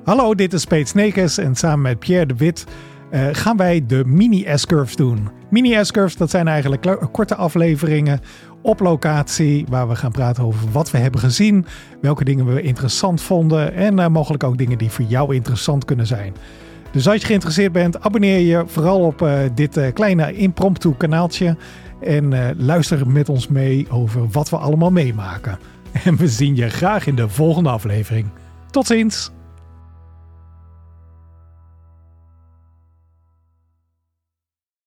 Hallo, dit is Peet Sneekers en samen met Pierre de Wit gaan wij de mini S-curves doen. Mini S-curves, dat zijn eigenlijk korte afleveringen op locatie waar we gaan praten over wat we hebben gezien, welke dingen we interessant vonden en mogelijk ook dingen die voor jou interessant kunnen zijn. Dus als je geïnteresseerd bent, abonneer je vooral op dit kleine impromptu kanaaltje en luister met ons mee over wat we allemaal meemaken. En we zien je graag in de volgende aflevering. Tot ziens!